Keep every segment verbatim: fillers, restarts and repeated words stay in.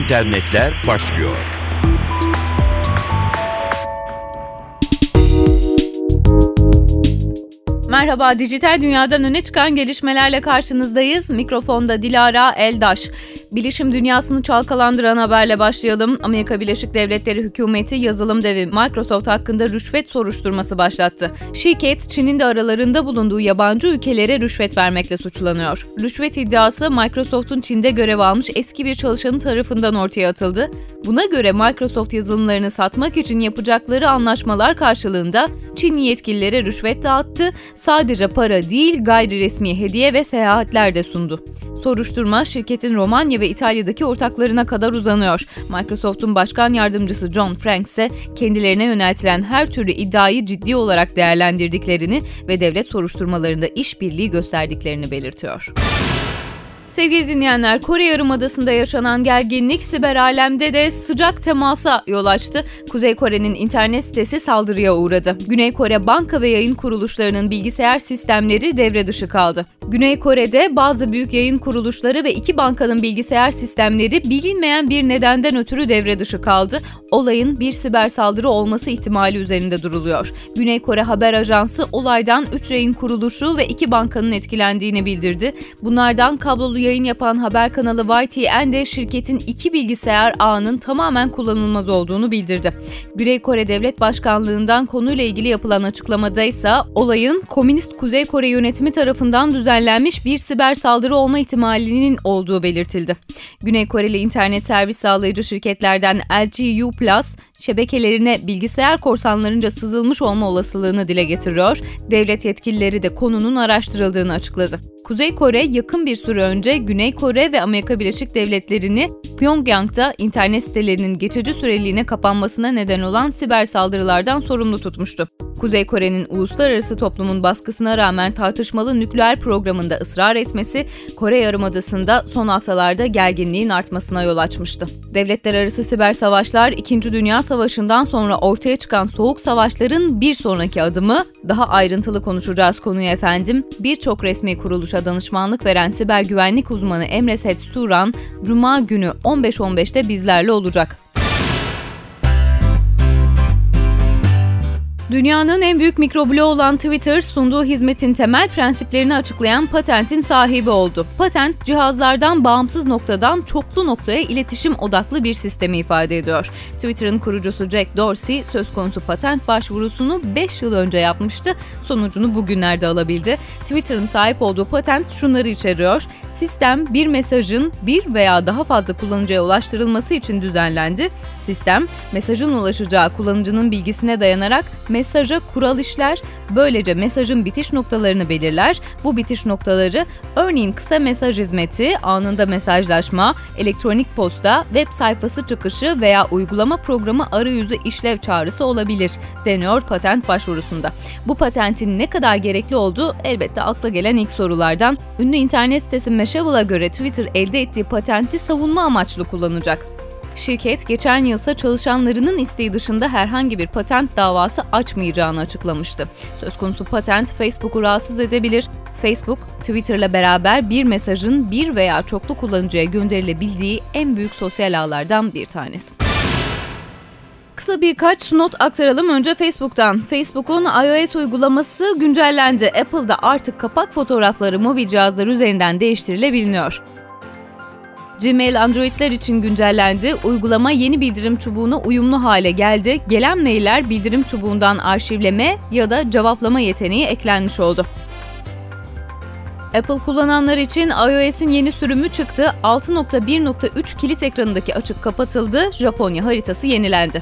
internetler başlıyor. Merhaba, dijital dünyadan öne çıkan gelişmelerle karşınızdayız. Mikrofonda Dilara Eldaş. Bilişim dünyasını çalkalandıran haberle başlayalım. Amerika Birleşik Devletleri hükümeti yazılım devi Microsoft hakkında rüşvet soruşturması başlattı. Şirket, Çin'in de aralarında bulunduğu yabancı ülkelere rüşvet vermekle suçlanıyor. Rüşvet iddiası Microsoft'un Çin'de görev almış eski bir çalışanı tarafından ortaya atıldı. Buna göre Microsoft yazılımlarını satmak için yapacakları anlaşmalar karşılığında Çinli yetkililere rüşvet dağıttı. Sadece para değil, gayri resmi hediye ve seyahatler de sundu. Soruşturma şirketin Romanya ve İtalya'daki ortaklarına kadar uzanıyor. Microsoft'un başkan yardımcısı John Frank ise kendilerine yöneltilen her türlü iddiayı ciddi olarak değerlendirdiklerini ve devlet soruşturmalarında işbirliği gösterdiklerini belirtiyor. Sevgili dinleyenler, Kore Yarımadası'nda yaşanan gerginlik siber alemde de sıcak temasa yol açtı. Kuzey Kore'nin internet sitesi saldırıya uğradı. Güney Kore banka ve yayın kuruluşlarının bilgisayar sistemleri devre dışı kaldı. Güney Kore'de bazı büyük yayın kuruluşları ve iki bankanın bilgisayar sistemleri bilinmeyen bir nedenden ötürü devre dışı kaldı. Olayın bir siber saldırı olması ihtimali üzerinde duruluyor. Güney Kore Haber Ajansı olaydan üç yayın kuruluşu ve iki bankanın etkilendiğini bildirdi. Bunlardan kablolu yayın yapan haber kanalı Y T N de şirketin iki bilgisayar ağının tamamen kullanılmaz olduğunu bildirdi. Güney Kore Devlet Başkanlığı'ndan konuyla ilgili yapılan açıklamada ise olayın Komünist Kuzey Kore yönetimi tarafından düzenlenmiş bir siber saldırı olma ihtimalinin olduğu belirtildi. Güney Koreli internet servis sağlayıcı şirketlerden L G U Plus, şebekelerine bilgisayar korsanlarınca sızılmış olma olasılığını dile getiriyor. Devlet yetkilileri de konunun araştırıldığını açıkladı. Kuzey Kore yakın bir süre önce Güney Kore ve Amerika Birleşik Devletleri'ni Pyongyang'da internet sitelerinin geçici süreliğine kapanmasına neden olan siber saldırılardan sorumlu tutmuştu. Kuzey Kore'nin uluslararası toplumun baskısına rağmen tartışmalı nükleer programında ısrar etmesi, Kore Yarımadası'nda son haftalarda gerginliğin artmasına yol açmıştı. Devletler arası siber savaşlar, İkinci Dünya Savaşı'ndan sonra ortaya çıkan soğuk savaşların bir sonraki adımı. Daha ayrıntılı konuşacağız konuyu efendim. Birçok resmi kuruluşa danışmanlık veren siber güvenlik uzmanı Emre Set Turan, Cuma günü on beş on beşte bizlerle olacak. Dünyanın en büyük mikrobloğu olan Twitter, sunduğu hizmetin temel prensiplerini açıklayan patentin sahibi oldu. Patent, cihazlardan bağımsız noktadan çoklu noktaya iletişim odaklı bir sistemi ifade ediyor. Twitter'ın kurucusu Jack Dorsey, söz konusu patent başvurusunu beş yıl önce yapmıştı. Sonucunu bugünlerde alabildi. Twitter'ın sahip olduğu patent şunları içeriyor. Sistem, bir mesajın bir veya daha fazla kullanıcıya ulaştırılması için düzenlendi. Sistem, mesajın ulaşacağı kullanıcının bilgisine dayanarak mesaja kural işler, böylece mesajın bitiş noktalarını belirler. Bu bitiş noktaları örneğin kısa mesaj hizmeti, anında mesajlaşma, elektronik posta, web sayfası çıkışı veya uygulama programı arayüzü işlev çağrısı olabilir, deniyor patent başvurusunda. Bu patentin ne kadar gerekli olduğu elbette akla gelen ilk sorulardan. Ünlü internet sitesi Mashable'a göre Twitter elde ettiği patenti savunma amaçlı kullanacak. Şirket, geçen yılsa çalışanlarının isteği dışında herhangi bir patent davası açmayacağını açıklamıştı. Söz konusu patent Facebook'u rahatsız edebilir. Facebook, Twitter'la beraber bir mesajın bir veya çoklu kullanıcıya gönderilebildiği en büyük sosyal ağlardan bir tanesi. Kısa birkaç not aktaralım önce Facebook'tan. Facebook'un iOS uygulaması güncellendi. Apple'da artık kapak fotoğrafları mobil cihazlar üzerinden değiştirilebiliyor. Gmail Android'ler için güncellendi. Uygulama yeni bildirim çubuğuna uyumlu hale geldi. Gelen mailler bildirim çubuğundan arşivleme ya da cevaplama yeteneği eklenmiş oldu. Apple kullananlar için iOS'in yeni sürümü çıktı. altı nokta bir nokta üç kilit ekranındaki açık kapatıldı. Japonya haritası yenilendi.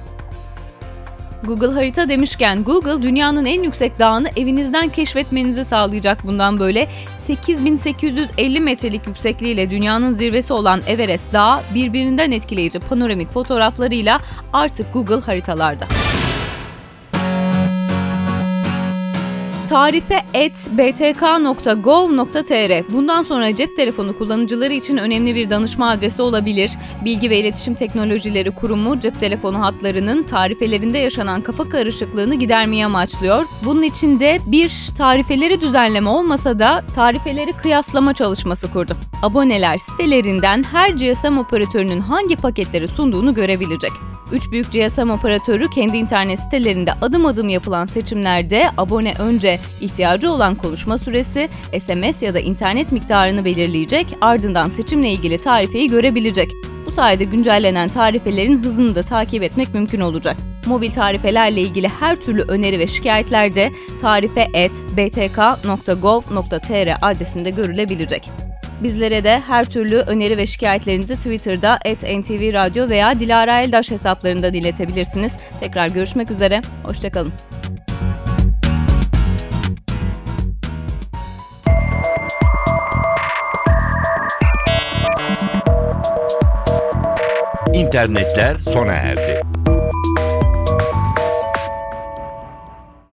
Google Harita demişken, Google dünyanın en yüksek dağını evinizden keşfetmenizi sağlayacak bundan böyle. sekiz bin sekiz yüz elli metrelik yüksekliğiyle dünyanın zirvesi olan Everest Dağı birbirinden etkileyici panoramik fotoğraflarıyla artık Google haritalarda. tarife at b t k nokta gov nokta t r. Bundan sonra cep telefonu kullanıcıları için önemli bir danışma adresi olabilir. Bilgi ve İletişim Teknolojileri Kurumu cep telefonu hatlarının tarifelerinde yaşanan kafa karışıklığını gidermeyi amaçlıyor. Bunun için de bir tarifeleri düzenleme olmasa da tarifeleri kıyaslama çalışması kurdu. Aboneler sitelerinden her G S M operatörünün hangi paketleri sunduğunu görebilecek. Üç büyük G S M operatörü kendi internet sitelerinde adım adım yapılan seçimlerde abone önce ihtiyacı olan konuşma süresi, S M S ya da internet miktarını belirleyecek, ardından seçimle ilgili tarifeyi görebilecek. Bu sayede güncellenen tarifelerin hızını da takip etmek mümkün olacak. Mobil tarifelerle ilgili her türlü öneri ve şikayetler de tarife at b t k nokta gov nokta t r adresinde görülebilecek. Bizlere de her türlü öneri ve şikayetlerinizi Twitter'da at n t v radyo veya Dilara Eldaş hesaplarından iletebilirsiniz. Tekrar görüşmek üzere, hoşçakalın. İnternetler sona erdi.